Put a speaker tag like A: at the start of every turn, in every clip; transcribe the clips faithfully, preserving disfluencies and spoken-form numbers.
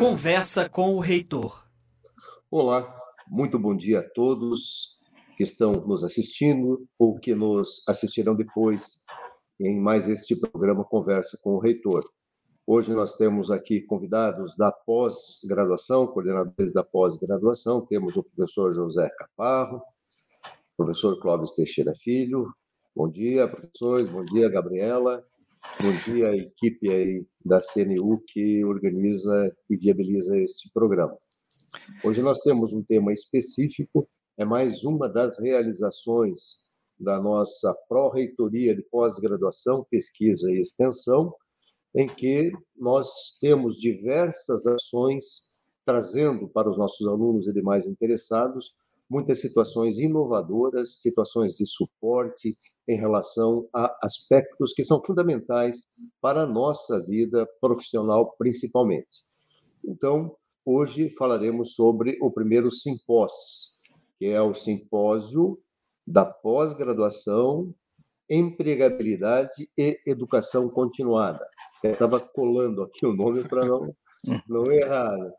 A: Conversa com o reitor.
B: Olá, muito bom dia a todos que estão nos assistindo ou que nos assistirão depois em mais este programa Conversa com o Reitor. Hoje nós temos aqui convidados da pós-graduação, coordenadores da pós-graduação. Temos o professor José Caparro, professor Clóvis Teixeira Filho. Bom dia, professores. Bom dia, Gabriela. Bom dia à equipe aí da C N U que organiza e viabiliza este programa. Hoje nós temos um tema específico, é mais uma das realizações da nossa pró-reitoria de pós-graduação, pesquisa e extensão, em que nós temos diversas ações trazendo para os nossos alunos e demais interessados muitas situações inovadoras, situações de suporte em relação a aspectos que são fundamentais para a nossa vida profissional, principalmente. Então, hoje falaremos sobre o primeiro simpós, que é o simpósio da pós-graduação, empregabilidade e educação continuada. Eu estava colando aqui o nome para não, não errar, né?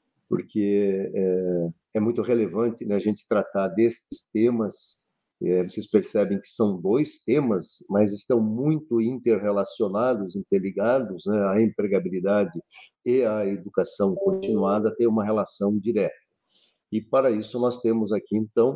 B: Porque é, é muito relevante, né, a gente tratar desses temas. É, vocês percebem que são dois temas, mas estão muito interrelacionados, interligados, né? A empregabilidade e a educação continuada têm uma relação direta. E para isso nós temos aqui, então,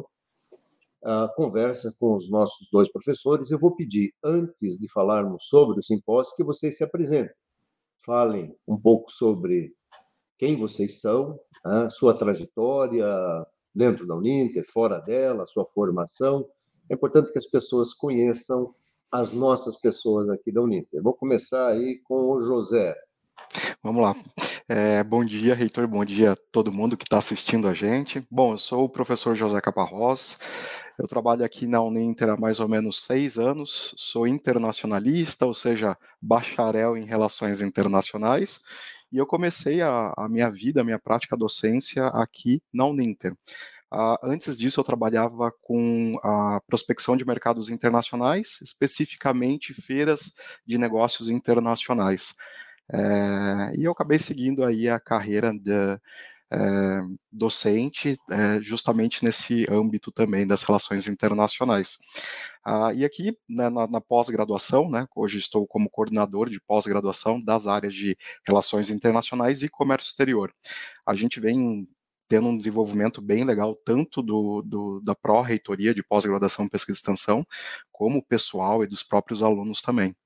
B: a conversa com os nossos dois professores. Eu vou pedir, antes de falarmos sobre o simpósio, que vocês se apresentem. Falem um pouco sobre quem vocês são, a sua trajetória dentro da Uninter, fora dela, a sua formação. É importante que as pessoas conheçam as nossas pessoas aqui da Uninter. Vou começar aí com o José.
C: Vamos lá. É, bom dia, reitor, bom dia a todo mundo que está assistindo a gente. Bom, eu sou o professor José Caparrós, eu trabalho aqui na Uninter há mais ou menos seis anos, sou internacionalista, ou seja, bacharel em relações internacionais, e eu comecei a, a minha vida, a minha prática docência aqui na Uninter. Uh, antes disso, eu trabalhava com a prospecção de mercados internacionais, especificamente feiras de negócios internacionais. É, e eu acabei seguindo aí a carreira de é, docente, é, justamente nesse âmbito também das relações internacionais. Ah, e aqui, né, na, na pós-graduação, né, hoje estou como coordenador de pós-graduação das áreas de relações internacionais e comércio exterior. A gente vem tendo um desenvolvimento bem legal, tanto do, do, da pró-reitoria de pós-graduação, pesquisa e extensão, como pessoal e dos próprios alunos também.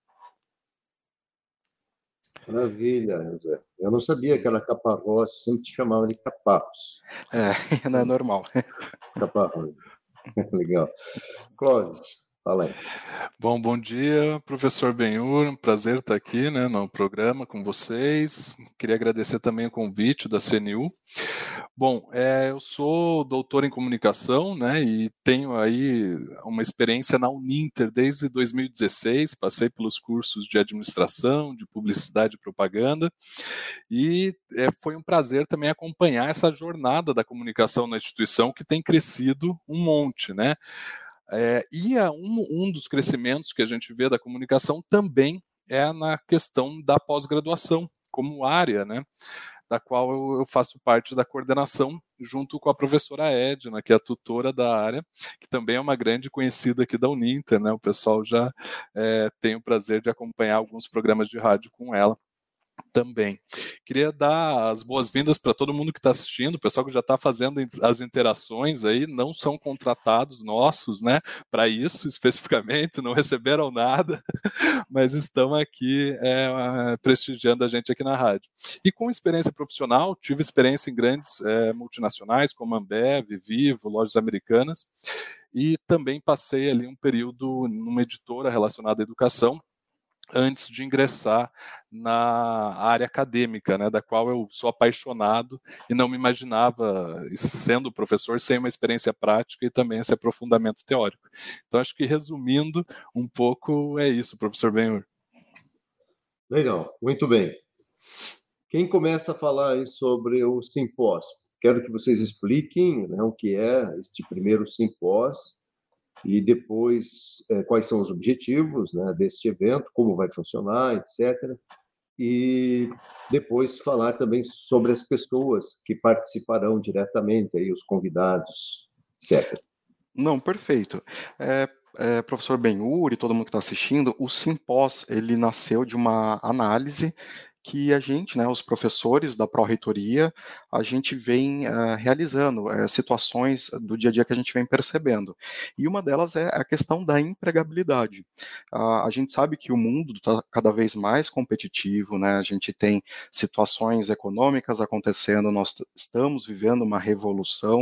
B: Maravilha, José. Eu não sabia que era Caparrós, eu sempre te chamava de Caparros.
C: É, não é normal.
B: Caparrós. Legal. Clóvis, fala aí.
D: Bom, bom dia, professor Benhur, um prazer estar aqui, né, no programa com vocês. Queria agradecer também o convite da C N U. Bom, é, eu sou doutor em comunicação, né, e tenho aí uma experiência na Uninter desde dois mil e dezesseis, passei pelos cursos de administração, de publicidade e propaganda, e é, foi um prazer também acompanhar essa jornada da comunicação na instituição, que tem crescido um monte, né. É, e a, um, um dos crescimentos que a gente vê da comunicação também é na questão da pós-graduação, como área, né, da qual eu, eu faço parte da coordenação, junto com a professora Edna, que é a tutora da área, que também é uma grande conhecida aqui da Uninter, né, o pessoal já é, tem o prazer de acompanhar alguns programas de rádio com ela também. Queria dar as boas-vindas para todo mundo que está assistindo, o pessoal que já está fazendo as interações aí, não são contratados nossos, né, para isso especificamente, não receberam nada, mas estão aqui é, prestigiando a gente aqui na rádio. E com experiência profissional, tive experiência em grandes é, multinacionais, como Ambev, Vivo, Lojas Americanas, e também passei ali um período numa editora relacionada à educação, antes de ingressar na área acadêmica, né, da qual eu sou apaixonado e não me imaginava sendo professor sem uma experiência prática e também esse aprofundamento teórico. Então, acho que resumindo um pouco é isso, professor Benhur.
B: Legal, muito bem. Quem começa a falar aí sobre o simpósio? Quero que vocês expliquem, né, o que é este primeiro simpósio, e depois é, quais são os objetivos, né, deste evento, como vai funcionar, etcétera. e depois falar também sobre as pessoas que participarão diretamente, aí, os convidados, etcétera.
C: Não, perfeito. É, é, professor Benhur e todo mundo que está assistindo, o Simpós, ele nasceu de uma análise que a gente, né, os professores da Pró-Reitoria, a gente vem uh, realizando uh, situações do dia a dia que a gente vem percebendo. E uma delas é a questão da empregabilidade. Uh, a gente sabe que o mundo está cada vez mais competitivo, né, a gente tem situações econômicas acontecendo, nós estamos vivendo uma revolução,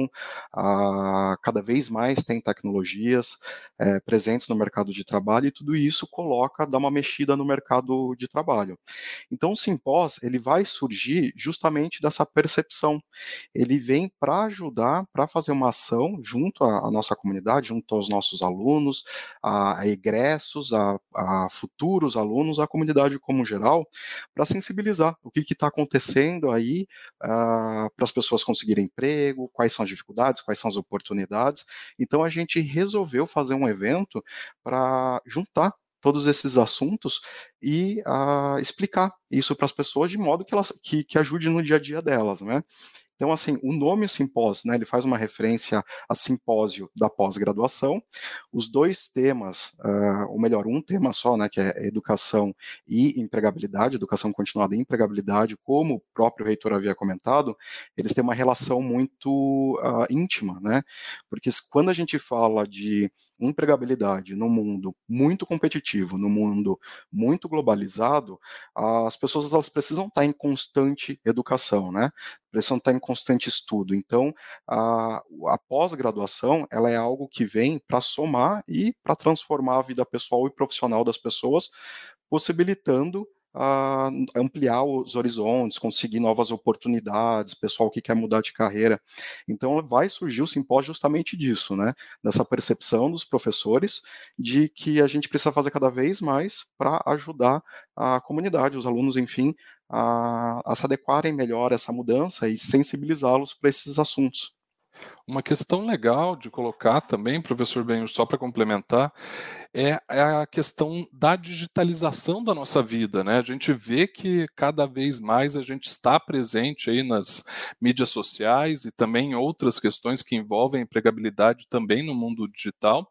C: uh, cada vez mais tem tecnologias uh, presentes no mercado de trabalho, e tudo isso coloca, dá uma mexida no mercado de trabalho. Então, o Simpós, ele vai surgir justamente dessa percepção. Ele vem para ajudar, para fazer uma ação junto à, à nossa comunidade, junto aos nossos alunos, a, a egressos, a, a futuros alunos, a comunidade como geral, para sensibilizar o que está acontecendo aí, uh, para as pessoas conseguirem emprego, quais são as dificuldades, quais são as oportunidades. Então, a gente resolveu fazer um evento para juntar todos esses assuntos e uh, explicar isso para as pessoas de modo que elas que, que ajude no dia a dia delas, né? Então, assim, o nome simpósio, né, ele faz uma referência a simpósio da pós-graduação. Os dois temas, uh, ou melhor, um tema só, né, que é educação e empregabilidade, educação continuada e empregabilidade, como o próprio reitor havia comentado, eles têm uma relação muito uh, íntima, né? Porque quando a gente fala de empregabilidade no mundo muito competitivo, no mundo muito globalizado, as pessoas elas precisam estar em constante educação, né? Precisam estar em constante estudo. Então, a, a pós-graduação, ela é algo que vem para somar e para transformar a vida pessoal e profissional das pessoas, possibilitando a ampliar os horizontes, conseguir novas oportunidades, pessoal que quer mudar de carreira. Então, vai surgir o simpósio justamente disso, né? Dessa percepção dos professores de que a gente precisa fazer cada vez mais para ajudar a comunidade, os alunos, enfim, a, a se adequarem melhor a essa mudança e sensibilizá-los para esses assuntos.
D: Uma questão legal de colocar também, professor Benhur, só para complementar, é a questão da digitalização da nossa vida, né? A gente vê que cada vez mais a gente está presente aí nas mídias sociais e também em outras questões que envolvem a empregabilidade também no mundo digital,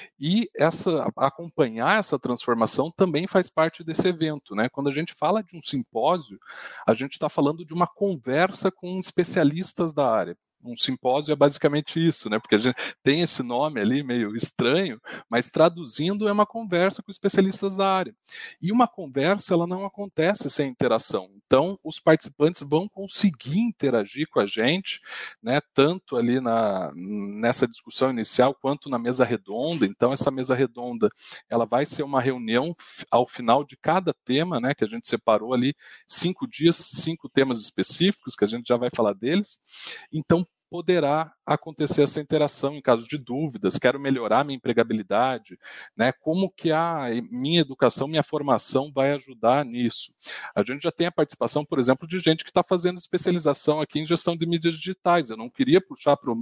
D: e essa, acompanhar essa transformação também faz parte desse evento, né? Quando a gente fala de um simpósio, a gente está falando de uma conversa com especialistas da área. Um simpósio é basicamente isso, né? Porque a gente tem esse nome ali meio estranho, mas traduzindo é uma conversa com especialistas da área. E uma conversa, ela não acontece sem interação. Então, os participantes vão conseguir interagir com a gente, né? Tanto ali na, nessa discussão inicial, quanto na mesa redonda. Então, essa mesa redonda, ela vai ser uma reunião ao final de cada tema, né? Que a gente separou ali cinco dias, cinco temas específicos, que a gente já vai falar deles. Então, poderá acontecer essa interação em caso de dúvidas, quero melhorar minha empregabilidade, né? Como que a minha educação, minha formação vai ajudar nisso? A gente já tem a participação, por exemplo, de gente que está fazendo especialização aqui em gestão de mídias digitais. Eu não queria puxar para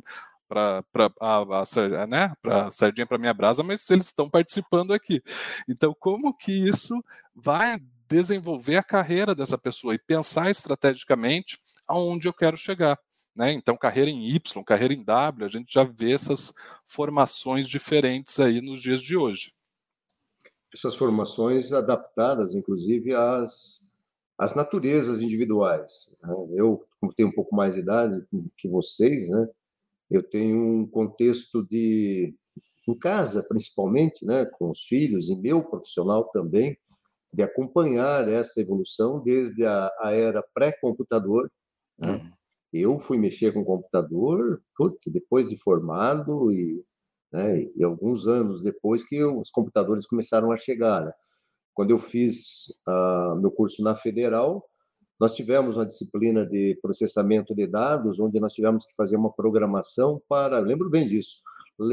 D: para a, a, né, a sardinha para minha brasa, mas eles estão participando aqui. Então, como que isso vai desenvolver a carreira dessa pessoa e pensar estrategicamente aonde eu quero chegar? Né? Então, carreira em Y, carreira em W, a gente já vê essas formações diferentes aí nos dias de hoje.
B: Essas formações adaptadas, inclusive, às, às naturezas individuais. Né? Eu, como tenho um pouco mais de idade que vocês, né? Eu tenho um contexto de, em casa, principalmente, né? Com os filhos, e meu profissional também, de acompanhar essa evolução desde a, a era pré-computador, né?
C: Uhum.
B: Eu fui mexer com computador putz, depois de formado e, né, e alguns anos depois que os computadores começaram a chegar. Né? Quando eu fiz uh, meu curso na Federal, nós tivemos uma disciplina de processamento de dados, onde nós tivemos que fazer uma programação para, lembro bem disso,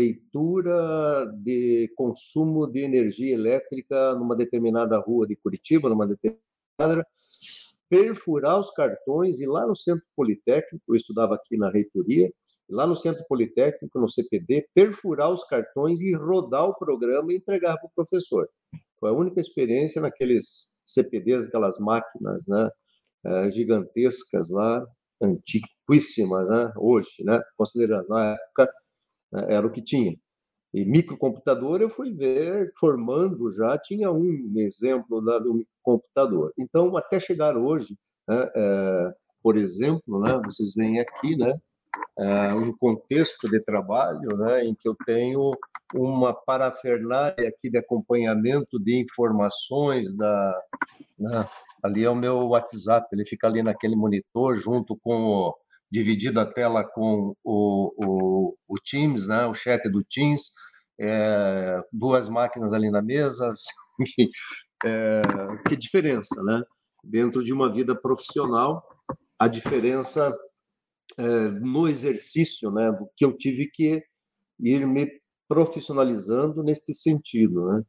B: leitura de consumo de energia elétrica numa determinada rua de Curitiba, numa determinada... perfurar os cartões e lá no Centro Politécnico, eu estudava aqui na reitoria, lá no Centro Politécnico, no C P D, perfurar os cartões e rodar o programa e entregar para o professor. Foi a única experiência naqueles C P Ds, aquelas máquinas, né, gigantescas lá, antiquíssimas, né, hoje, né, considerando na época, né, era o que tinha. E microcomputador eu fui ver, formando já, tinha um exemplo lá do microcomputador. Então, até chegar hoje, né, é, por exemplo, né, vocês veem aqui, né, é, um contexto de trabalho, né, em que eu tenho uma parafernália aqui de acompanhamento de informações da, né, ali é o meu WhatsApp, ele fica ali naquele monitor junto com o, dividido a tela com o, o, o Teams, né, o chat do Teams, é, duas máquinas ali na mesa, enfim, é, que diferença, né? Dentro de uma vida profissional, a diferença é, no exercício, né, do que eu tive que ir me profissionalizando neste sentido, né?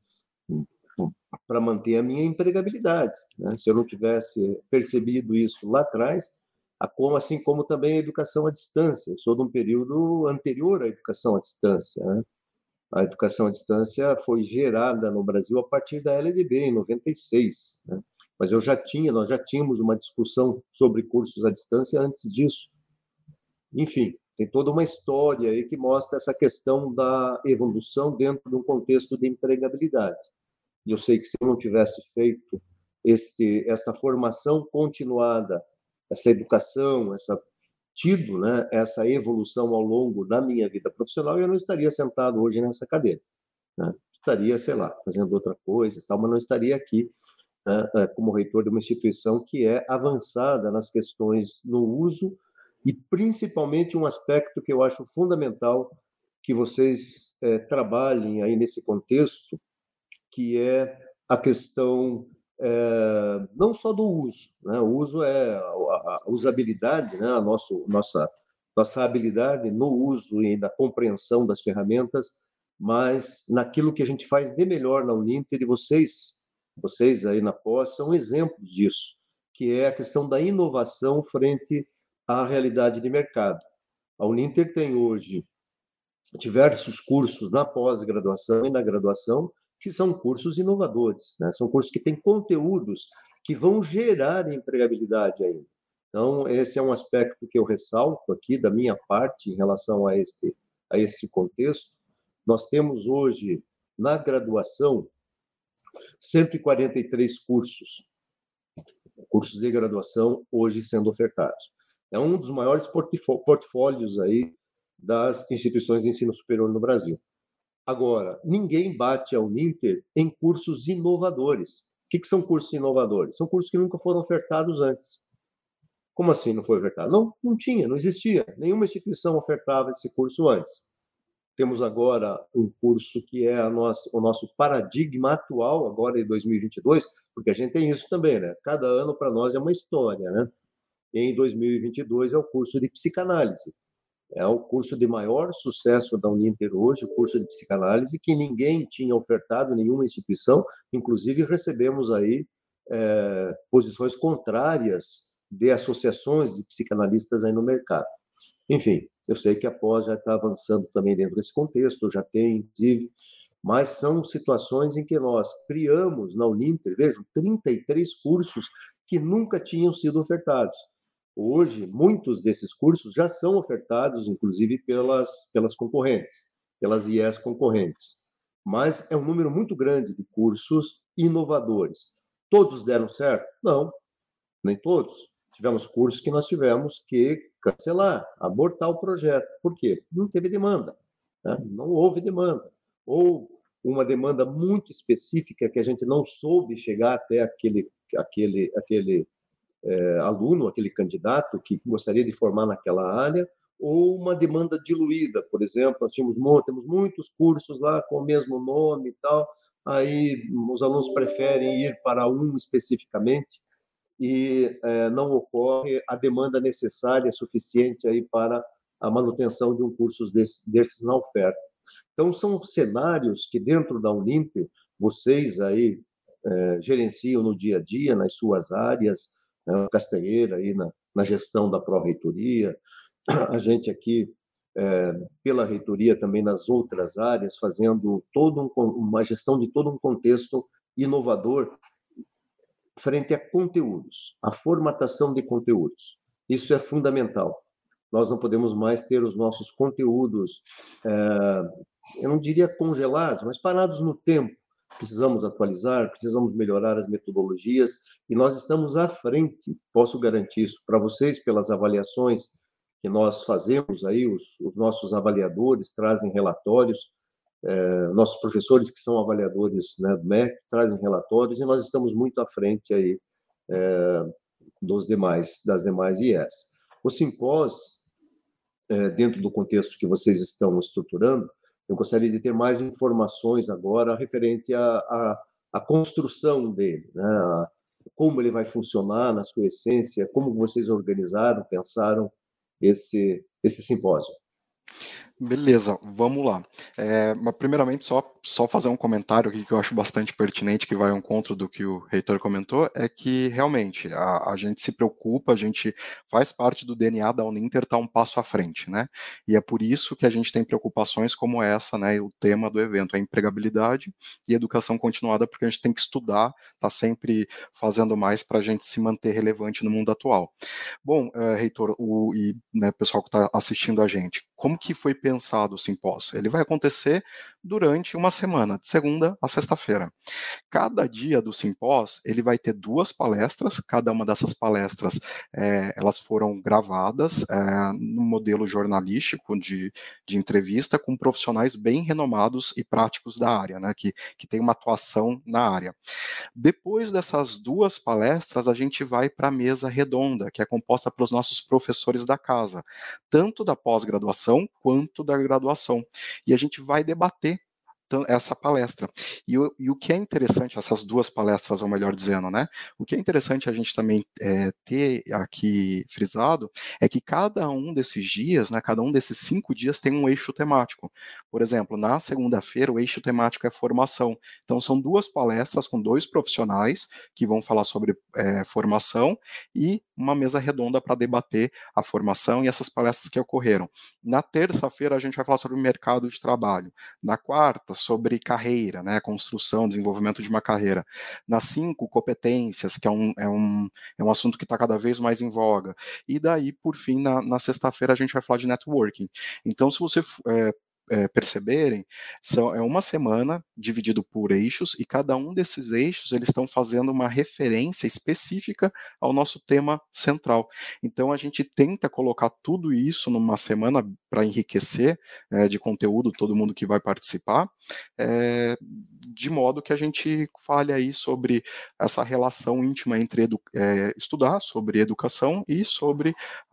B: Para manter a minha empregabilidade, né? Se eu não tivesse percebido isso lá atrás, assim como também a educação à distância. Eu sou de um período anterior à educação à distância, né? A educação à distância foi gerada no Brasil a partir da L D B, em noventa e seis, né? Mas eu já tinha, nós já tínhamos uma discussão sobre cursos à distância antes disso. Enfim, tem toda uma história aí que mostra essa questão da evolução dentro de um contexto de empregabilidade. E eu sei que se eu não tivesse feito este, esta formação continuada, essa educação, essa tido, né, essa evolução ao longo da minha vida profissional, eu não estaria sentado hoje nessa cadeira, né? Estaria, sei lá, fazendo outra coisa, tal, mas não estaria aqui, né, como reitor de uma instituição que é avançada nas questões no uso e principalmente um aspecto que eu acho fundamental que vocês é, trabalhem aí nesse contexto, que é a questão é, não só do uso, né? O uso é a, a usabilidade, né? A nosso, nossa, nossa habilidade no uso e na compreensão das ferramentas, mas naquilo que a gente faz de melhor na Uninter, e vocês, vocês aí na pós, são exemplos disso, que é a questão da inovação frente à realidade de mercado. A Uninter tem hoje diversos cursos na pós-graduação e na graduação, que são cursos inovadores, né? São cursos que têm conteúdos que vão gerar empregabilidade ainda. Então, esse é um aspecto que eu ressalto aqui da minha parte em relação a este, a este contexto. Nós temos hoje, na graduação, cento e quarenta e três cursos, cursos de graduação hoje sendo ofertados. É um dos maiores portfólios aí das instituições de ensino superior no Brasil. Agora, ninguém bate a Uninter em cursos inovadores. O que, que são cursos inovadores? São cursos que nunca foram ofertados antes. Como assim não foi ofertado? Não, não tinha, não existia. Nenhuma instituição ofertava esse curso antes. Temos agora um curso que é a nossa, o nosso paradigma atual, agora em dois mil e vinte e dois, porque a gente tem isso também, né? Cada ano para nós é uma história, né? E em dois mil e vinte e dois é o curso de psicanálise. É o curso de maior sucesso da Uninter hoje, o curso de psicanálise, que ninguém tinha ofertado, nenhuma instituição, inclusive recebemos aí é, posições contrárias de associações de psicanalistas aí no mercado. Enfim, eu sei que a pós já está avançando também dentro desse contexto, já tem, inclusive, mas são situações em que nós criamos na Uninter, vejam, trinta e três cursos que nunca tinham sido ofertados. Hoje, muitos desses cursos já são ofertados, inclusive, pelas, pelas concorrentes, pelas I Es concorrentes. Mas é um número muito grande de cursos inovadores. Todos deram certo? Não, nem todos. Tivemos cursos que nós tivemos que cancelar, abortar o projeto. Por quê? Não teve demanda, né? Não houve demanda. Ou uma demanda muito específica que a gente não soube chegar até aquele... aquele, aquele É, aluno, aquele candidato que gostaria de formar naquela área, ou uma demanda diluída, por exemplo, nós tínhamos, temos muitos cursos lá com o mesmo nome e tal, aí os alunos preferem ir para um especificamente e é, não ocorre a demanda necessária, suficiente aí para a manutenção de um curso desse, desses na oferta. Então, são cenários que dentro da Uninter, vocês aí é, gerenciam no dia a dia, nas suas áreas, o Castanheira aí na, na gestão da pró-reitoria, a gente aqui é, pela reitoria também nas outras áreas, fazendo todo um, uma gestão de todo um contexto inovador frente a conteúdos, a formatação de conteúdos. Isso é fundamental. Nós não podemos mais ter os nossos conteúdos, é, eu não diria congelados, mas parados no tempo. Precisamos atualizar, precisamos melhorar as metodologias, e nós estamos à frente, posso garantir isso para vocês, pelas avaliações que nós fazemos aí, os, os nossos avaliadores trazem relatórios, é, nossos professores que são avaliadores, né, do M E C trazem relatórios, e nós estamos muito à frente aí é, dos demais, das demais I E S. O simpós, é, dentro do contexto que vocês estão estruturando, eu gostaria de ter mais informações agora referente à, à, à construção dele, né? Como ele vai funcionar na sua essência, como vocês organizaram, pensaram esse, esse simpósio.
C: Beleza, vamos lá. É, mas primeiramente, só, só fazer um comentário aqui que eu acho bastante pertinente, que vai ao encontro do que o reitor comentou, é que realmente a, a gente se preocupa, a gente faz parte do D N A da Uninter estar um passo à frente, né? E é por isso que a gente tem preocupações como essa, né? E o tema do evento é empregabilidade e educação continuada, porque a gente tem que estudar, tá sempre fazendo mais para a gente se manter relevante no mundo atual. Bom, é, reitor, o e, né, pessoal que está assistindo a gente, como que foi pensado o simpósio? Ele vai acontecer durante uma semana, de segunda a sexta-feira. Cada dia do simpósio, ele vai ter duas palestras, cada uma dessas palestras, é, elas foram gravadas é, no modelo jornalístico de, de entrevista com profissionais bem renomados e práticos da área, né, que, que tem uma atuação na área. Depois dessas duas palestras, a gente vai para a mesa redonda, que é composta pelos nossos professores da casa, tanto da pós-graduação quanto da graduação. E a gente vai debater essa palestra. E o, e o que é interessante, essas duas palestras, ou melhor dizendo, né? O que é interessante a gente também é, ter aqui frisado é que cada um desses dias, né, cada um desses cinco dias tem um eixo temático. Por exemplo, na segunda-feira o eixo temático é formação. Então são duas palestras com dois profissionais que vão falar sobre é, formação e uma mesa redonda para debater a formação e essas palestras que ocorreram. Na terça-feira a gente vai falar sobre o mercado de trabalho. Na quarta, sobre carreira, né, construção, desenvolvimento de uma carreira. Na cinco, competências, que é um, é um, é um assunto que está cada vez mais em voga. E daí, por fim, na, na sexta-feira, a gente vai falar de networking. Então, se você é, é, perceberem, são, é uma semana dividido por eixos, e cada um desses eixos, eles estão fazendo uma referência específica ao nosso tema central. Então, a gente tenta colocar tudo isso numa semana para enriquecer é, de conteúdo todo mundo que vai participar, é, de modo que a gente fale aí sobre essa relação íntima entre edu é, estudar sobre educação e sobre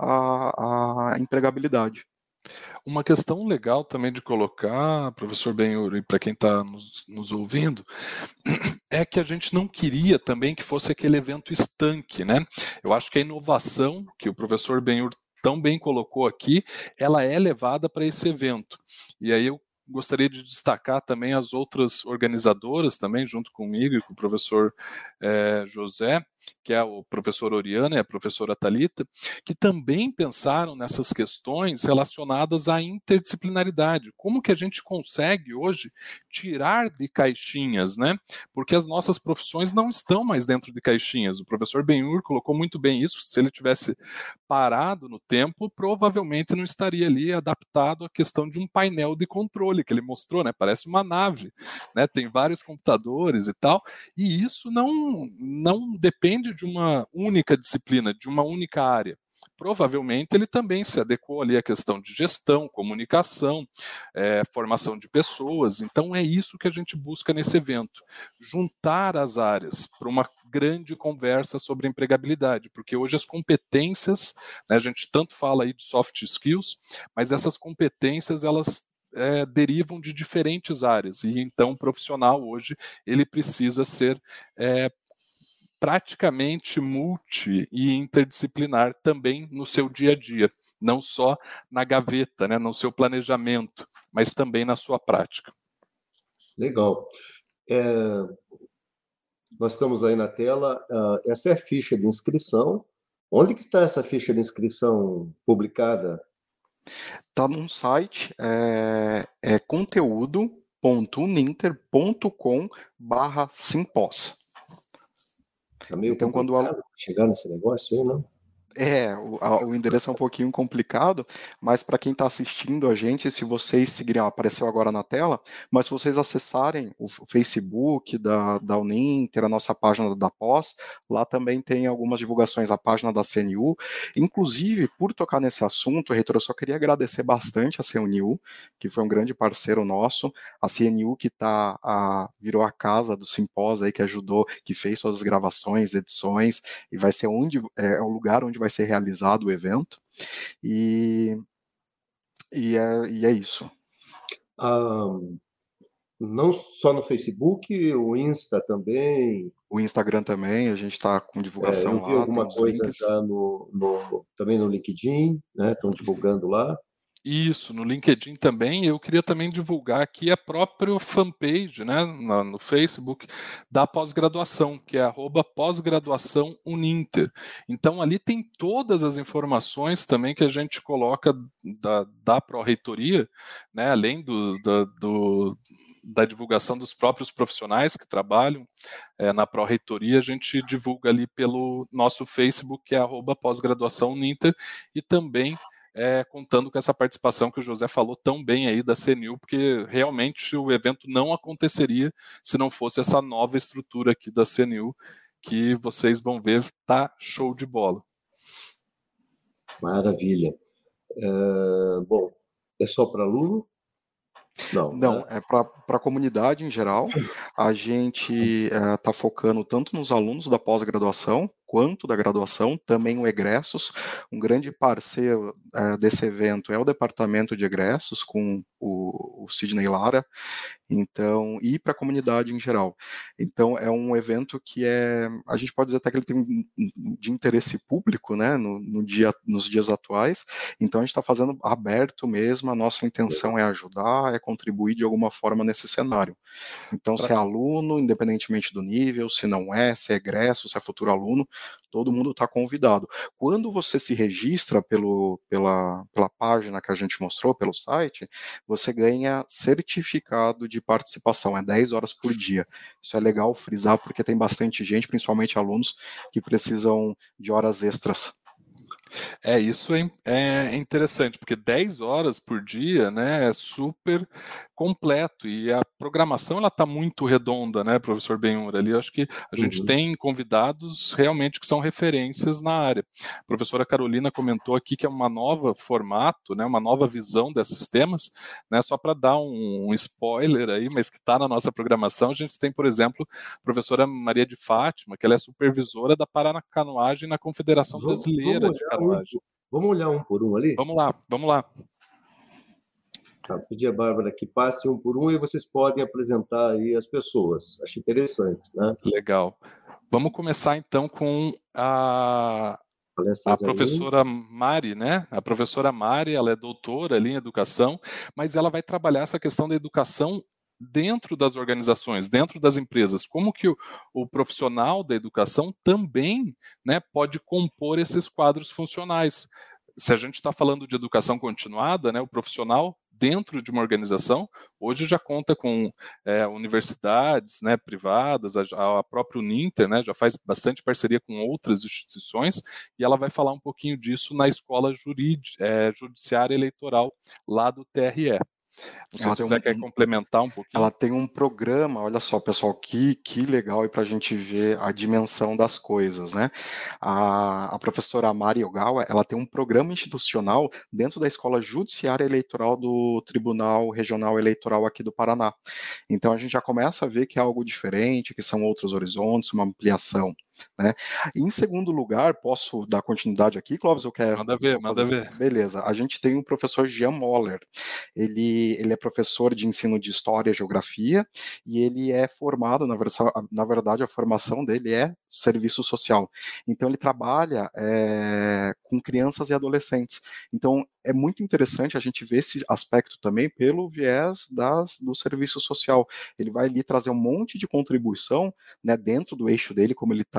C: a, a empregabilidade.
D: Uma questão legal também de colocar, professor Benhur, e para quem está nos, nos ouvindo, é que a gente não queria também que fosse aquele evento estanque, né? Eu acho que a inovação que o professor Benhur tão bem colocou aqui, ela é levada para esse evento. E aí eu gostaria de destacar também as outras organizadoras também, junto comigo e com o professor é, José, que é o professor Oriana e a professora Thalita, que também pensaram nessas questões relacionadas à interdisciplinaridade. Como que a gente consegue hoje tirar de caixinhas, né? Porque as nossas profissões não estão mais dentro de caixinhas. O professor Benhur colocou muito bem isso. Se ele tivesse parado no tempo, provavelmente não estaria ali adaptado à questão de um painel de controle que ele mostrou, né? Parece uma nave, né? Tem vários computadores e tal, e isso não, não depende de uma única disciplina, de uma única área. Provavelmente ele também se adequou ali à questão de gestão, comunicação, é, formação de pessoas. Então é isso que a gente busca nesse evento, juntar as áreas para uma grande conversa sobre empregabilidade, porque hoje as competências, né, a gente tanto fala aí de soft skills, mas essas competências elas é, derivam de diferentes áreas, e então o profissional hoje ele precisa ser é, praticamente multi e interdisciplinar também no seu dia a dia, não só na gaveta, né, no seu planejamento, mas também na sua prática.
B: Legal. É, nós estamos aí na tela, uh, essa é a ficha de inscrição. Onde que está essa ficha de inscrição publicada?
C: Está num site, é, é conteúdo ponto uninter ponto com barra simpos.
B: Tá meio então, quando a... chegar nesse negócio aí, não?
C: É, o, a, o endereço é um pouquinho complicado, mas para quem está assistindo a gente, se vocês seguirem, ó, apareceu agora na tela, mas se vocês acessarem o Facebook da, da Uninter, a nossa página da Pós, lá também tem algumas divulgações, a página da C N U. Inclusive, por tocar nesse assunto, reitor, eu só queria agradecer bastante a C N U, que foi um grande parceiro nosso, a C N U que tá, a, virou a casa do simpósio aí, que ajudou, que fez suas gravações, edições, e vai ser onde, é, o lugar onde vai ser realizado o evento, e, e, é, e é isso.
B: Ah, não só no Facebook, o Insta também.
C: O Instagram também, a gente está com divulgação
B: é, eu vi
C: lá,
B: alguma
C: tem os
B: coisa
C: links.
B: já no, no, também no LinkedIn, né? Estão divulgando lá.
D: Isso, no LinkedIn também. Eu queria também divulgar aqui a própria fanpage, né, no, no Facebook, da pós-graduação, que é arroba pós-graduação Uninter. Então, ali tem todas as informações também que a gente coloca da, da pró-reitoria, né, além do, da, do, da divulgação dos próprios profissionais que trabalham é, na pró-reitoria, a gente divulga ali pelo nosso Facebook, que é arroba pós-graduação Uninter, e também É, contando com essa participação que o José falou tão bem aí da C N U, porque realmente o evento não aconteceria se não fosse essa nova estrutura aqui da C N U, que vocês vão ver, tá show de bola.
B: Maravilha. É, bom, é só para aluno? Não,
C: Não,
B: né?
C: é para a comunidade em geral. A gente está é, focando tanto nos alunos da pós-graduação quanto da graduação, também o egressos. Um grande parceiro é, desse evento é o departamento de egressos, com o, o Sidney Lara, então, e para a comunidade em geral. Então, é um evento que é, a gente pode dizer até que ele tem de interesse público, né, no, no dia, nos dias atuais. Então, a gente está fazendo aberto mesmo, a nossa intenção é ajudar, é contribuir de alguma forma nesse cenário. Então, se é aluno, independentemente do nível, se não é, se é egresso, se é futuro aluno, todo mundo está convidado. Quando você se registra pelo, pela, pela página que a gente mostrou, pelo site, você ganha certificado de participação, é dez horas por dia. Isso é legal frisar, porque tem bastante gente, principalmente alunos, que precisam de horas extras.
D: É, isso é, é interessante, porque dez horas por dia, né, é super completo, e a programação ela está muito redonda, né, professor Benhur, ali eu acho que a gente
B: Uhum.
D: tem convidados realmente que são referências na área. A professora Carolina comentou aqui que é uma nova formato, né, uma nova visão desses temas, né, só para dar um, um spoiler aí, mas que está na nossa programação, a gente tem, por exemplo, a professora Maria de Fátima, que ela é supervisora da Paracanoagem na Confederação
B: Vamos,
D: Brasileira
B: vamos
D: de
B: olhar
D: Canoagem.
B: um, vamos olhar um por um ali?
D: Vamos lá, vamos lá.
B: Tá, pedir a Bárbara que passe um por um e vocês podem apresentar aí as pessoas. Acho interessante, né?
D: Legal. Vamos começar então com a, a professora Mari, né? A professora Mari, ela é doutora ali em educação, mas ela vai trabalhar essa questão da educação dentro das organizações, dentro das empresas. Como que o, o profissional da educação também, né, pode compor esses quadros funcionais. Se a gente está falando de educação continuada, né, o profissional dentro de uma organização, hoje já conta com é, universidades, né, privadas, a, a própria Uninter, né, já faz bastante parceria com outras instituições, e ela vai falar um pouquinho disso na Escola Jurídica, é, Judiciária Eleitoral, lá do T R E. Não sei
C: Ela
D: se
C: tem
D: você
C: um,
D: quer complementar um pouquinho.
C: Ela tem um programa, olha só, pessoal, que, que legal para a gente ver a dimensão das coisas, né? A, a professora Mari Ogawa, ela tem um programa institucional dentro da Escola Judiciária Eleitoral do Tribunal Regional Eleitoral aqui do Paraná. Então a gente já começa a ver que é algo diferente, que são outros horizontes, uma ampliação. Né? Em segundo lugar, posso dar continuidade aqui, Clóvis? Eu quero
D: manda ver, manda ver.
C: Beleza. A gente tem o professor Jean Moller. Ele, ele é professor de ensino de História e Geografia e ele é formado, na, na verdade, a formação dele é serviço social. Então, ele trabalha é, com crianças e adolescentes. Então, é muito interessante a gente ver esse aspecto também pelo viés das, do serviço social. Ele vai ali trazer um monte de contribuição, né, dentro do eixo dele, como ele está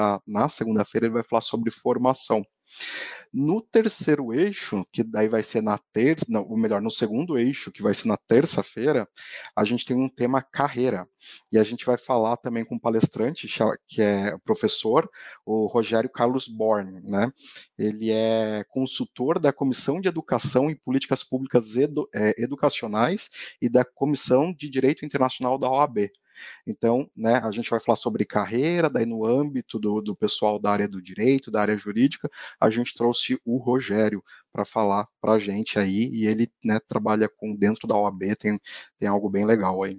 C: na, na segunda-feira ele vai falar sobre formação. No terceiro eixo, que daí vai ser na terça, não, ou melhor, no segundo eixo, que vai ser na terça-feira, a gente tem um tema carreira. E a gente vai falar também com um palestrante, que é o professor, o Rogério Carlos Born, né? Ele é consultor da Comissão de Educação e Políticas Públicas Edu, é, Educacionais e da Comissão de Direito Internacional da O A B. Então, né, a gente vai falar sobre carreira, daí no âmbito do, do pessoal da área do direito, da área jurídica, a gente trouxe o Rogério para falar para a gente aí, e ele, né, trabalha com dentro da O A B, tem, tem algo bem legal aí.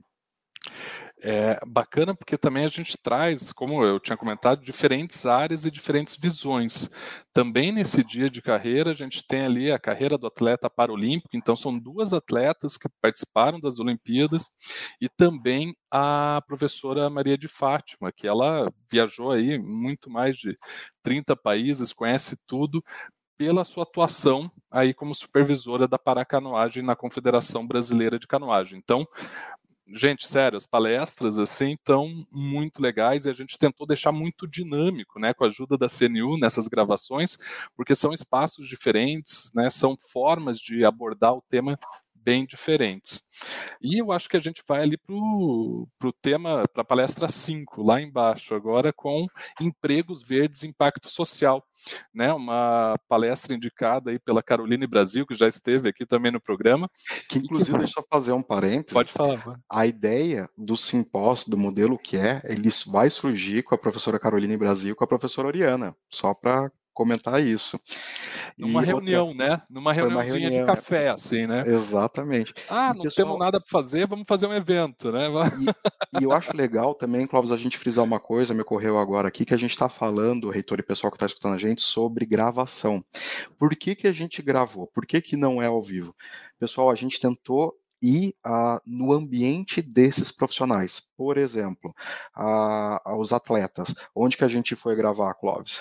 D: É bacana porque também a gente traz, como eu tinha comentado, diferentes áreas e diferentes visões. Também nesse dia de carreira, a gente tem ali a carreira do atleta paralímpico, então são duas atletas que participaram das Olimpíadas, e também a professora Maria de Fátima, que ela viajou aí muito mais de trinta países, conhece tudo, pela sua atuação aí como supervisora da paracanoagem na Confederação Brasileira de Canoagem. Então, gente, sério, as palestras assim estão muito legais e a gente tentou deixar muito dinâmico, né, com a ajuda da C N U nessas gravações, porque são espaços diferentes, né, são formas de abordar o tema bem diferentes. E eu acho que a gente vai ali para o tema, para a palestra cinco, lá embaixo, agora com empregos verdes e impacto social, né? Uma palestra indicada aí pela Caroline Brasil, que já esteve aqui também no programa.
C: Que inclusive, que... deixa eu fazer um parênteses.
D: Pode falar.
C: A ideia do simpósio, do modelo que é, ele vai surgir com a professora Caroline Brasil, com a professora Oriana, só para comentar isso.
D: Numa
C: e
D: reunião,
C: outra...
D: né? Numa reuniãozinha reunião, de café, assim, né?
C: Exatamente.
D: Ah, não pessoal... temos nada para fazer, vamos fazer um evento, né?
C: E, e eu acho legal também, Clóvis, a gente frisar uma coisa, me ocorreu agora aqui, que a gente está falando, reitor e pessoal que está escutando a gente, sobre gravação. Por que que a gente gravou? Por que que não é ao vivo? Pessoal, a gente tentou ir uh, no ambiente desses profissionais. Por exemplo, uh, os atletas. Onde que a gente foi gravar, Clóvis?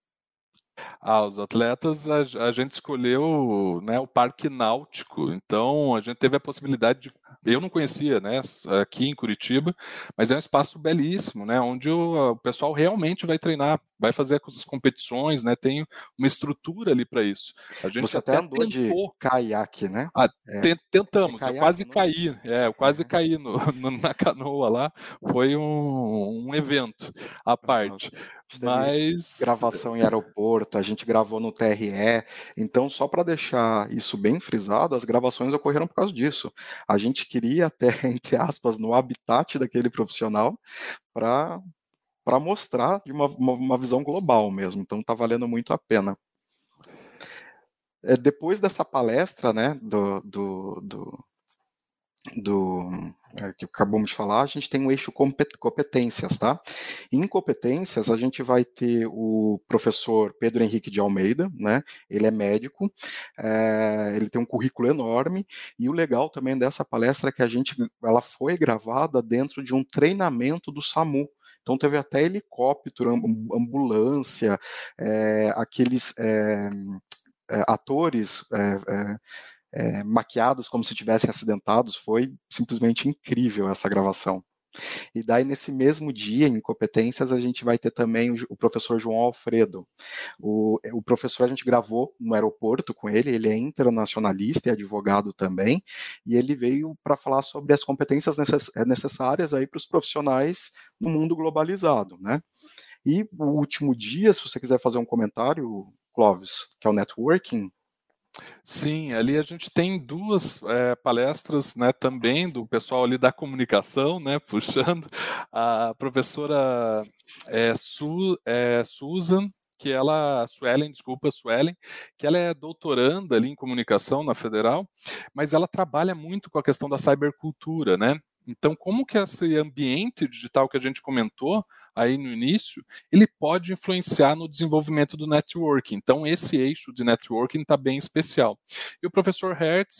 D: Ah, os atletas, a, a gente escolheu, né, o Parque Náutico, então a gente teve a possibilidade de, eu não conhecia, né, aqui em Curitiba, mas é um espaço belíssimo, né, onde o, o pessoal realmente vai treinar, vai fazer as competições, né, tem uma estrutura ali para isso. A gente
C: Você até, até andou
D: tentou...
C: de caiaque, né?
D: Ah, é, tentamos, é caiaque, eu quase
C: não?
D: caí, é, eu quase uhum. caí no, no, na canoa lá, foi um, um evento à parte. Mas
C: gravação em aeroporto, a gente gravou no T R E, então só para deixar isso bem frisado, as gravações ocorreram por causa disso. A gente queria até, entre aspas, no habitat daquele profissional para para mostrar de uma, uma, uma visão global mesmo, então está valendo muito a pena. É, depois dessa palestra, né, do, do, do, do é, que acabamos de falar, a gente tem um eixo competências, tá? Em competências, a gente vai ter o professor Pedro Henrique de Almeida, né? Ele é médico, é, ele tem um currículo enorme, e o legal também dessa palestra é que a gente, ela foi gravada dentro de um treinamento do SAMU. Então teve até helicóptero, ambulância, é, aqueles é, é, atores é, é, é, maquiados como se tivessem acidentados. Foi simplesmente incrível essa gravação. E daí, nesse mesmo dia, em competências, a gente vai ter também o, o professor João Alfredo. O, o professor a gente gravou no aeroporto com ele, ele é internacionalista e advogado também, e ele veio para falar sobre as competências necess, necessárias aí para os profissionais no mundo globalizado, né? E o último dia, se você quiser fazer um comentário, Clóvis, que é o networking.
D: Sim, ali a gente tem duas é, palestras, né, também do pessoal ali da comunicação, né, puxando a professora é, Su, é, Susan, que ela, Suelen, desculpa, Suelen, que ela é doutoranda ali em comunicação na Federal, mas ela trabalha muito com a questão da cybercultura, né? Então, como que esse ambiente digital que a gente comentou aí no início, ele pode influenciar no desenvolvimento do networking? Então, esse eixo de networking está bem especial. E o professor Hertz,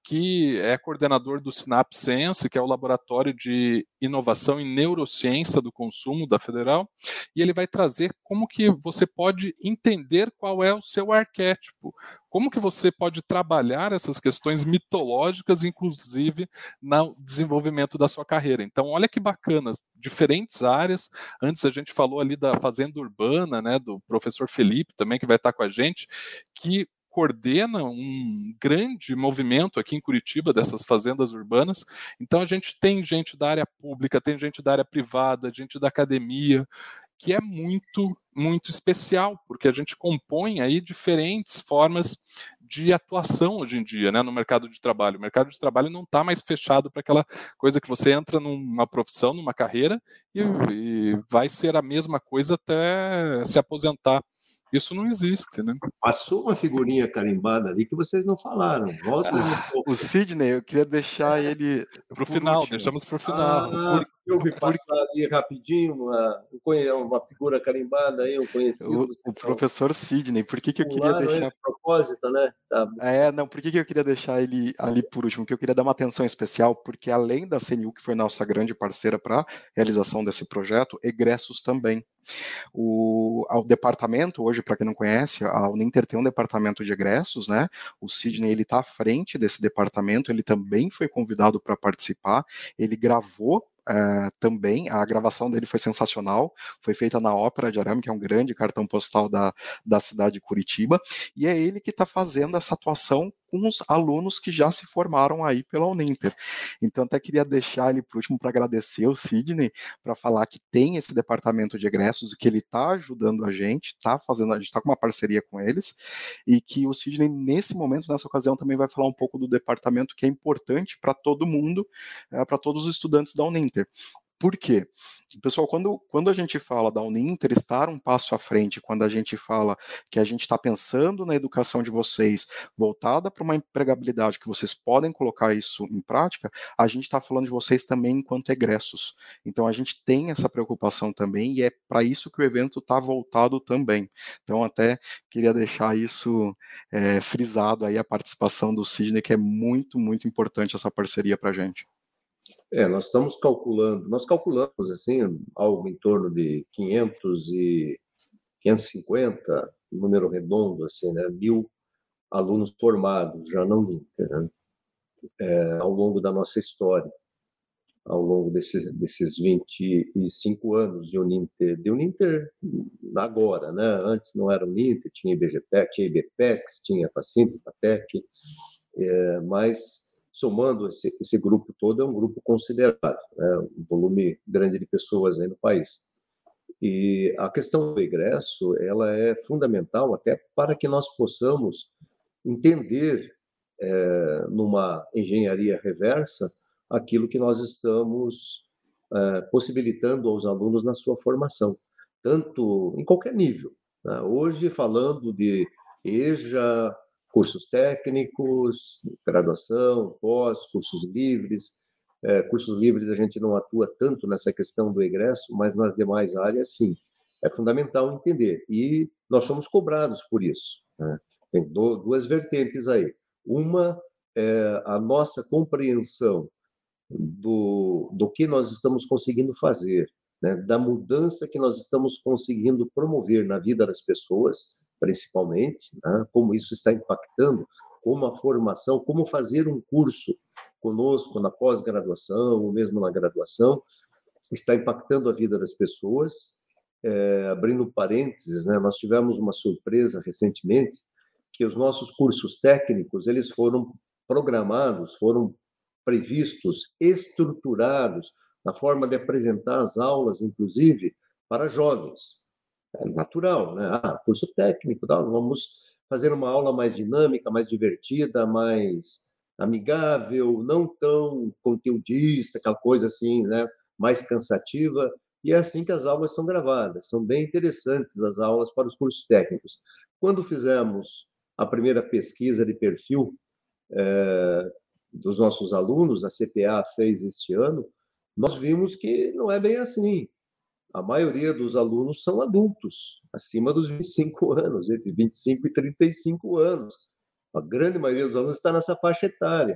D: que é coordenador do Synapse Sense, que é o laboratório de inovação em neurociência do consumo da Federal, e ele vai trazer como que você pode entender qual é o seu arquétipo, como que você pode trabalhar essas questões mitológicas, inclusive, no desenvolvimento da sua carreira. Então, olha que bacana, diferentes áreas. Antes a gente falou ali da Fazenda Urbana, né, do professor Felipe também, que vai estar com a gente, que coordena um grande movimento aqui em Curitiba dessas fazendas urbanas. Então a gente tem gente da área pública, tem gente da área privada, gente da academia, que é muito, muito especial, porque a gente compõe aí diferentes formas de atuação hoje em dia, né, no mercado de trabalho. O mercado de trabalho não está mais fechado para aquela coisa que você entra numa profissão, numa carreira, e, e vai ser a mesma coisa até se aposentar. Isso não existe, né?
B: Passou uma figurinha carimbada ali que vocês não falaram. Volta um pouco.
C: O Sidney, eu queria deixar ele
D: para o final,
C: último.
D: deixamos para o final.
B: Ah, por, eu vi passar ali rapidinho uma, uma figura carimbada aí, um conhecido.
C: O, o professor Sidney, por que, que eu queria deixar...
B: A propósito, né? Tá.
C: É, não, por que, que eu queria deixar ele ali por último? Porque eu queria dar uma atenção especial, porque além da C N U, que foi nossa grande parceira para a realização desse projeto, egressos também. O, o departamento, hoje, para quem não conhece, a Uninter tem um departamento de egressos, né? O Sidney, ele está à frente desse departamento, ele também foi convidado para participar, ele gravou Uh, também, a gravação dele foi sensacional, foi feita na Ópera de Arame, que é um grande cartão postal da, da cidade de Curitiba, e é ele que está fazendo essa atuação com os alunos que já se formaram aí pela Uninter. Então, até queria deixar ele por último para agradecer o Sidney, para falar que tem esse departamento de egressos e que ele está ajudando a gente, tá fazendo, a gente está com uma parceria com eles, e que o Sidney, nesse momento, nessa ocasião, também vai falar um pouco do departamento que é importante para todo mundo, uh, para todos os estudantes da Uninter. Por quê? Pessoal, quando, quando a gente fala da Uninter estar um passo à frente, quando a gente fala que a gente está pensando na educação de vocês voltada para uma empregabilidade, que vocês podem colocar isso em prática, a gente está falando de vocês também enquanto egressos. Então a gente tem essa preocupação também e é para isso que o evento está voltado também. Então até queria deixar isso é, frisado aí, a participação do Sidney, que é muito, muito importante essa parceria para a gente.
B: É, nós estamos calculando, nós calculamos assim, algo em torno de quinhentos e quinhentos e cinquenta, número redondo, assim, né, mil alunos formados, já não Uninter, né, é, ao longo da nossa história, ao longo desses, desses vinte e cinco anos de Uninter, de Uninter agora, né, antes não era Uninter, tinha I B G P E C, tinha I B P E X, tinha Facimp, Fatec, é, mas somando esse, esse grupo todo, é um grupo considerável, né? Um volume grande de pessoas aí no país. E a questão do egresso, ela é fundamental até para que nós possamos entender, é, numa engenharia reversa, aquilo que nós estamos é, possibilitando aos alunos na sua formação, tanto em qualquer nível, né? Hoje, falando de E J A, cursos técnicos, graduação, pós, cursos livres. É, cursos livres a gente não atua tanto nessa questão do egresso, mas nas demais áreas, sim. É fundamental entender. E nós somos cobrados por isso, né? Tem do, duas vertentes aí. Uma é a nossa compreensão do, do que nós estamos conseguindo fazer, né? Da mudança que nós estamos conseguindo promover na vida das pessoas, principalmente, né? Como isso está impactando, como a formação, como fazer um curso conosco na pós-graduação, ou mesmo na graduação, está impactando a vida das pessoas. É, abrindo parênteses, né? Nós tivemos uma surpresa recentemente, que os nossos cursos técnicos, eles foram programados, foram previstos, estruturados, na forma de apresentar as aulas, inclusive, para jovens. É natural, né? Ah, curso técnico, tá? Vamos fazer uma aula mais dinâmica, mais divertida, mais amigável, não tão conteudista, aquela coisa assim, né? Mais cansativa. E é assim que as aulas são gravadas. São bem interessantes as aulas para os cursos técnicos. Quando fizemos a primeira pesquisa de perfil é, dos nossos alunos, a C P A fez este ano, nós vimos que não é bem assim. A maioria dos alunos são adultos, acima dos vinte e cinco anos, entre vinte e cinco e trinta e cinco anos. A grande maioria dos alunos está nessa faixa etária.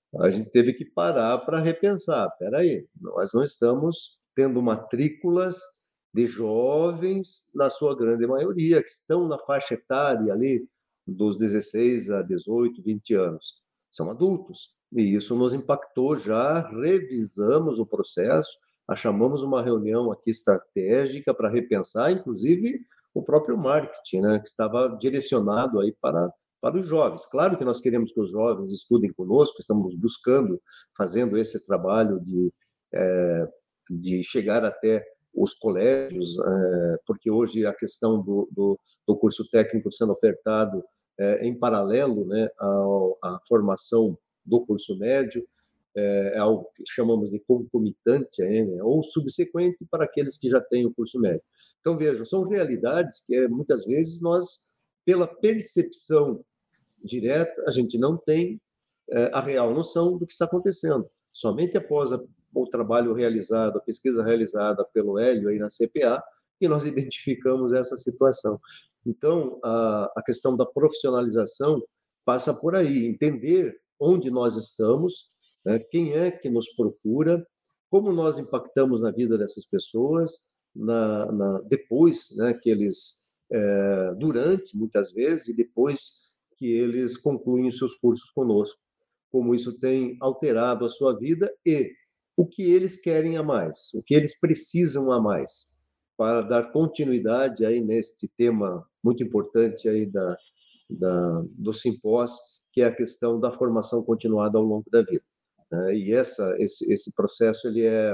B: a gente teve que parar para repensar. Espera aí, nós não estamos tendo matrículas de jovens, na sua grande maioria, que estão na faixa etária ali dos dezesseis a dezoito, vinte anos. São adultos. E isso nos impactou já, revisamos o processo, chamamos uma reunião aqui estratégica para repensar, inclusive, o próprio marketing, né, que estava direcionado aí para, para os jovens. Claro que nós queremos que os jovens estudem conosco, estamos buscando, fazendo esse trabalho de, é, de chegar até os colégios, é, porque hoje a questão do, do, do curso técnico sendo ofertado é, em paralelo, né, à, à formação do curso médio, é, é algo que chamamos de concomitante, né, ou subsequente para aqueles que já têm o curso médio. Então, vejam, são realidades que muitas vezes nós, pela percepção direta, a gente não tem é, a real noção do que está acontecendo. Somente após a o trabalho realizado, a pesquisa realizada pelo Hélio aí na C P A, e nós identificamos essa situação. Então, a, a questão da profissionalização passa por aí, entender onde nós estamos, né, quem é que nos procura, como nós impactamos na vida dessas pessoas, na, na, depois, né, que eles, é, durante, muitas vezes, e depois que eles concluem os seus cursos conosco, como isso tem alterado a sua vida e o que eles querem a mais, o que eles precisam a mais, para dar continuidade aí neste tema muito importante aí da, da, do simpósio, que é a questão da formação continuada ao longo da vida. Né? E essa, esse, esse processo ele é,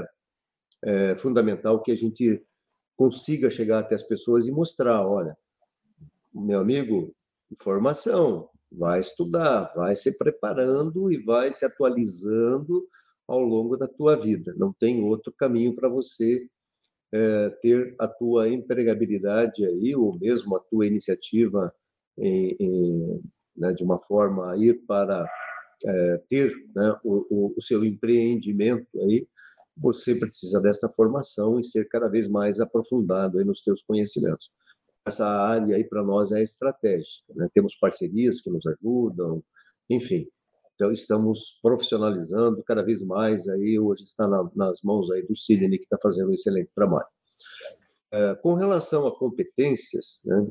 B: é fundamental que a gente consiga chegar até as pessoas e mostrar, olha, meu amigo, formação, vai estudar, vai se preparando e vai se atualizando ao longo da tua vida. Não tem outro caminho para você é, ter a tua empregabilidade aí, ou mesmo a tua iniciativa em, em, né, de uma forma a ir para é, ter, né, o, o, o seu empreendimento aí. Você precisa dessa formação e ser cada vez mais aprofundado aí nos teus conhecimentos. Essa área aí para nós é estratégica, né? Temos parcerias que nos ajudam, enfim. Então, estamos profissionalizando cada vez mais, aí hoje está na, nas mãos aí do Sidney, que está fazendo um excelente trabalho. É, com relação a competências, né,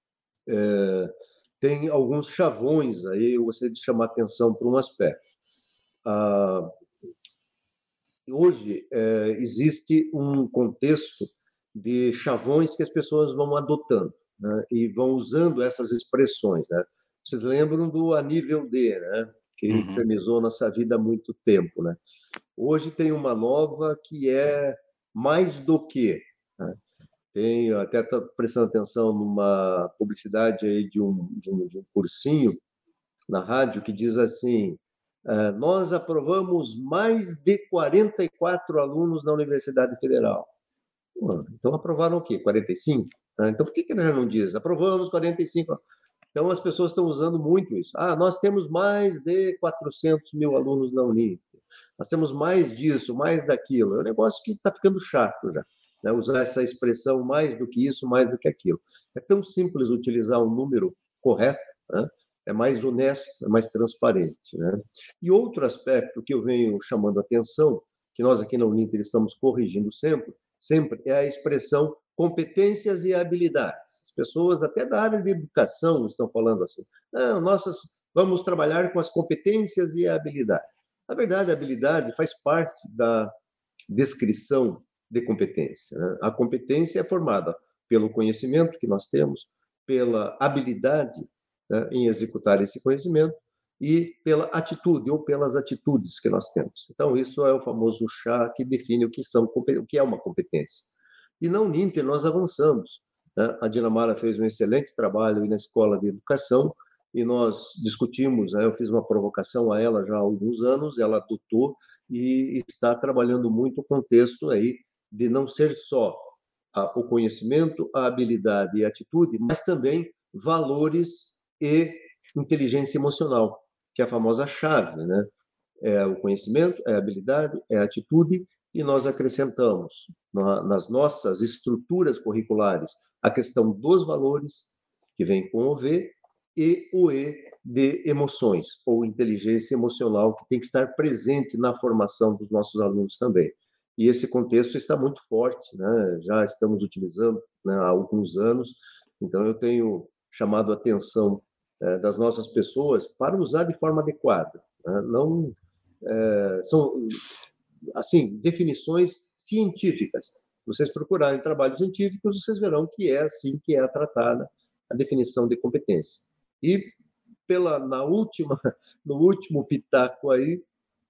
B: é, tem alguns chavões aí, eu gostaria de chamar a atenção para um aspecto. Ah, hoje, é, existe um contexto de chavões que as pessoas vão adotando, né, e vão usando essas expressões, né? Vocês lembram do a nível D, né? Que infernizou nossa vida há muito tempo, né? Hoje tem uma nova que é mais do que, né? Tem, até estou prestando atenção numa publicidade aí de um, de um, de um cursinho na rádio que diz assim, uh, nós aprovamos mais de quarenta e quatro alunos na Universidade Federal. Pô, então aprovaram o quê? quarenta e cinco? Ah, então por que, que já não diz? Aprovamos quarenta e cinco. Então, as pessoas estão usando muito isso. Ah, nós temos mais de quatrocentos mil alunos na Uninter. Nós temos mais disso, mais daquilo. É um negócio que está ficando chato já, né? Usar essa expressão mais do que isso, mais do que aquilo. É tão simples utilizar um número correto, né? É mais honesto, é mais transparente, né? E outro aspecto que eu venho chamando a atenção, que nós aqui na Uninter estamos corrigindo sempre, sempre é a expressão competências e habilidades. As pessoas até da área de educação estão falando assim, não, nossas, vamos trabalhar com as competências e habilidades. Na verdade, a habilidade faz parte da descrição de competência, né? A competência é formada pelo conhecimento que nós temos, pela habilidade, né, em executar esse conhecimento e pela atitude ou pelas atitudes que nós temos. Então, isso é o famoso chá que define o que, são, o que é uma competência. E na Uninter nós avançamos, né? A Dinamara fez um excelente trabalho na Escola de Educação e nós discutimos, né? Eu fiz uma provocação a ela já há alguns anos, ela adotou e está trabalhando muito o contexto aí de não ser só a, o conhecimento, a habilidade e a atitude, mas também valores e inteligência emocional, que é a famosa chave, né? É o conhecimento, é a habilidade, é a atitude, e nós acrescentamos na, nas nossas estruturas curriculares a questão dos valores, que vem com o V, e o E de emoções, ou inteligência emocional, que tem que estar presente na formação dos nossos alunos também. E esse contexto está muito forte, né? Já estamos utilizando, né, há alguns anos, então eu tenho chamado a atenção eh, das nossas pessoas para usar de forma adequada, né? Não eh, são assim definições científicas. Vocês procurarem trabalhos científicos, vocês verão que é assim que é tratada a definição de competência. E pela na última no último pitaco aí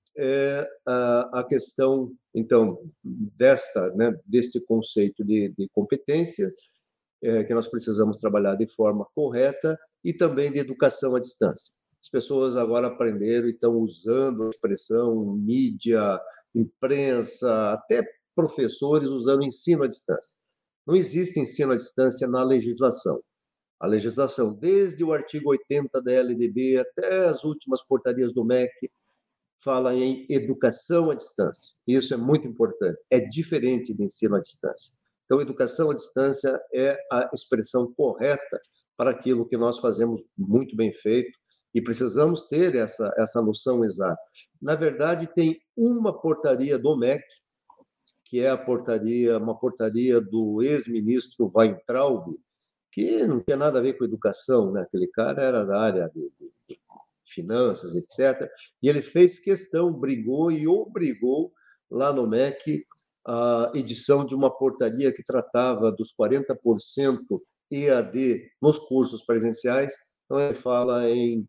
B: é a, a questão então desta, né, deste conceito de, de competência é, que nós precisamos trabalhar de forma correta e também de educação à distância. As pessoas agora aprenderam e estão usando a expressão mídia, imprensa, até professores usando ensino à distância. Não existe ensino à distância na legislação. A legislação, desde o artigo oitenta da L D B até as últimas portarias do M E C, fala em educação à distância. Isso é muito importante. É diferente de ensino à distância. Então, educação à distância é a expressão correta para aquilo que nós fazemos muito bem feito e precisamos ter essa, essa noção exata. Na verdade, tem uma portaria do M E C, que é a portaria, uma portaria do ex-ministro Weintraub, que não tinha nada a ver com educação, né? Aquele cara era da área de, de, de finanças, etcétera. E ele fez questão, brigou e obrigou lá no M E C a edição de uma portaria que tratava dos quarenta por cento E A D nos cursos presenciais. Então, ele fala em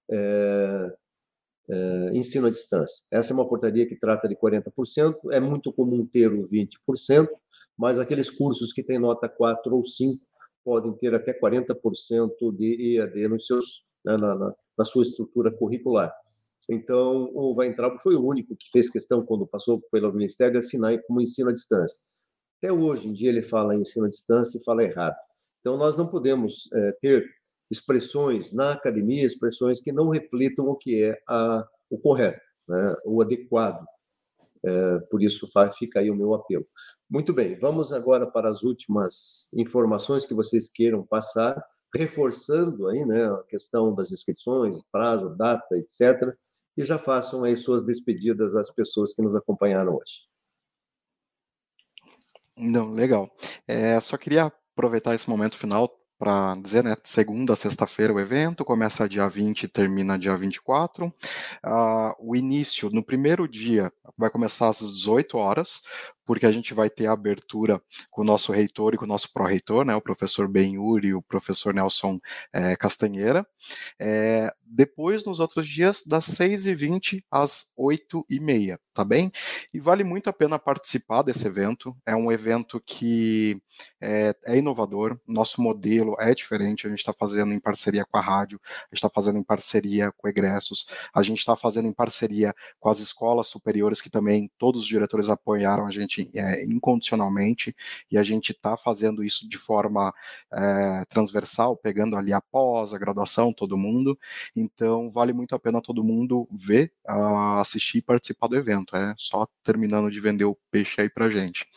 B: é, é, ensino à distância. Essa é uma portaria que trata de quarenta por cento. É muito comum ter o vinte por cento, mas aqueles cursos que têm nota quatro ou cinco podem ter até quarenta por cento de E A D nos seus, né, na, na, na sua estrutura curricular. Então, o Weintraub foi o único que fez questão, quando passou pelo Ministério, de assinar como ensino à distância. Até hoje em dia ele fala em ensino à distância e fala errado. Então, nós não podemos é, ter expressões na academia, expressões que não reflitam o que é a, o correto, né, o adequado. É, por isso fica aí o meu apelo. Muito bem, vamos agora para as últimas informações que vocês queiram passar, reforçando aí, né, a questão das inscrições, prazo, data, etcétera. E já façam aí suas despedidas às pessoas que nos acompanharam hoje.
C: Não, legal. É, só queria aproveitar esse momento final para dizer, né, segunda a sexta-feira o evento, começa dia vinte e termina dia vinte e quatro. Uh, o início, no primeiro dia, vai começar às dezoito horas, porque a gente vai ter a abertura com o nosso reitor e com o nosso pró-reitor, né, o professor Benhur e o professor Nelson é, Castanheira. É, depois, nos outros dias, das seis e vinte às oito e meia, tá bem? E vale muito a pena participar desse evento. É um evento que é, é inovador, nosso modelo é diferente, a gente está fazendo em parceria com a rádio, a gente está fazendo em parceria com egressos, a gente está fazendo em parceria com as escolas superiores, que também todos os diretores apoiaram a gente É, incondicionalmente, e a gente está fazendo isso de forma é, transversal, pegando ali após a graduação, todo mundo. Então vale muito a pena todo mundo ver, uh, assistir e participar do evento. É só terminando de vender o peixe aí pra gente.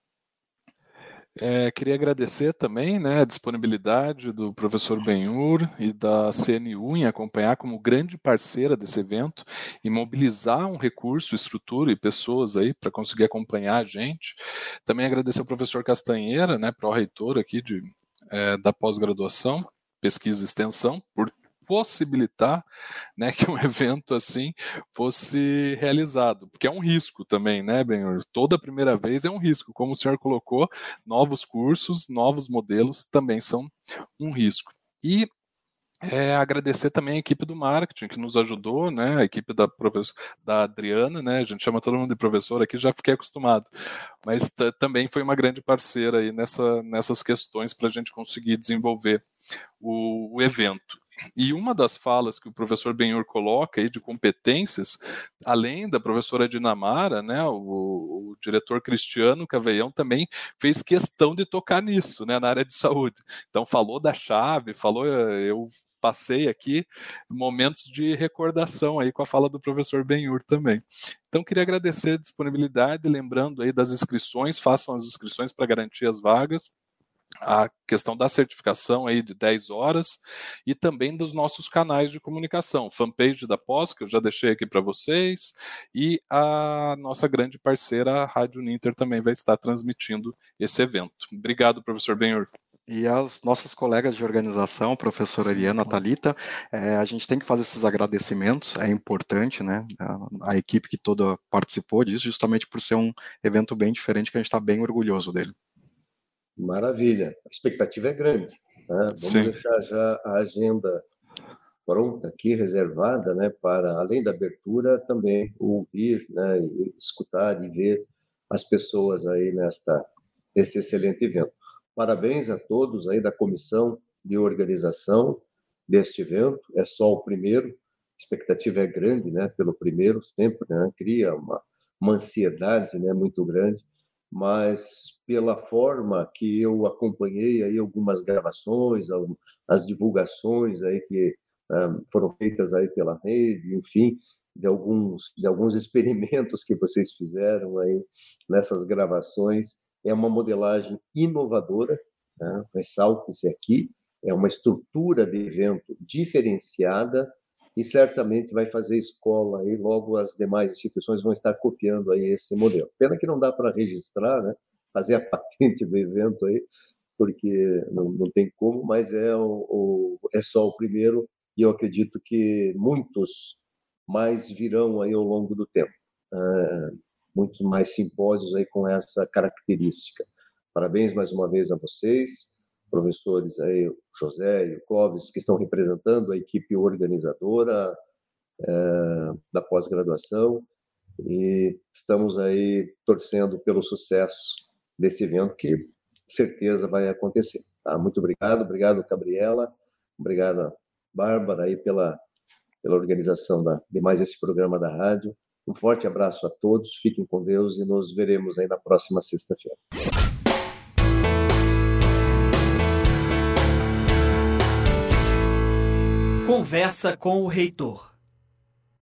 D: É, queria agradecer também, né, a disponibilidade do professor Benhur e da C N U em acompanhar como grande parceira desse evento e mobilizar um recurso, estrutura e pessoas aí para conseguir acompanhar a gente. Também agradecer ao professor Castanheira, né, pró-reitor aqui de, é, da pós-graduação, pesquisa e extensão, por possibilitar, né, que um evento assim fosse realizado, porque é um risco também, né, Benhur? Toda primeira vez é um risco, como o senhor colocou, novos cursos, novos modelos também são um risco. E é, agradecer também a equipe do marketing que nos ajudou, né, a equipe da, da Adriana, né, a gente chama todo mundo de professor aqui, já fiquei acostumado, mas também foi uma grande parceira aí nessa, nessas questões para a gente conseguir desenvolver o, o evento. E uma das falas que o professor Benhur coloca aí de competências, além da professora Dinamara, né, o, o diretor Cristiano Caveião também fez questão de tocar nisso, né, na área de saúde. Então falou da chave, falou, eu passei aqui momentos de recordação aí com a fala do professor Benhur também. Então queria agradecer a disponibilidade, lembrando aí das inscrições, façam as inscrições para garantir as vagas. a questão da certificação aí de dez horas e também dos nossos canais de comunicação, fanpage da Pós, que eu já deixei aqui para vocês, e a nossa grande parceira, a Rádio Uninter, também vai estar transmitindo esse evento. Obrigado, professor Benhur.
C: E as nossas colegas de organização, professora Sim, Eliana, Thalita, é, a gente tem que fazer esses agradecimentos, é importante, né? A, a equipe que toda participou disso, justamente por ser um evento bem diferente, que a gente está bem orgulhoso dele.
B: Maravilha, a expectativa é grande. Né? Vamos Sim. deixar já a agenda pronta aqui, reservada, né, para, além da abertura, também ouvir, né, e escutar e ver as pessoas aí nesta, neste excelente evento. Parabéns a todos aí da comissão de organização deste evento, é só o primeiro, a expectativa é grande, né, pelo primeiro, sempre, né, cria uma, uma ansiedade, né, muito grande, mas pela forma que eu acompanhei aí algumas gravações, as divulgações aí que um, foram feitas aí pela rede, enfim, de alguns de alguns experimentos que vocês fizeram aí nessas gravações, é uma modelagem inovadora, né? Ressalte-se aqui, é uma estrutura de evento diferenciada e certamente vai fazer escola aí, logo as demais instituições vão estar copiando aí esse modelo. Pena que não dá para registrar, né? Fazer a patente do evento aí, porque não, não tem como, mas é, o, o, é só o primeiro e eu acredito que muitos mais virão aí ao longo do tempo. Uh, muitos mais simpósios aí com essa característica. Parabéns mais uma vez a vocês, professores aí, o José e o Clóvis, que estão representando a equipe organizadora é, da pós-graduação, e estamos aí torcendo pelo sucesso desse evento, que certeza vai acontecer. Tá? Muito obrigado, obrigado, Gabriela, obrigado, Bárbara, aí pela, pela organização da, de mais esse programa da rádio. Um forte abraço a todos, fiquem com Deus e nos veremos aí na próxima sexta-feira.
A: Conversa com o reitor.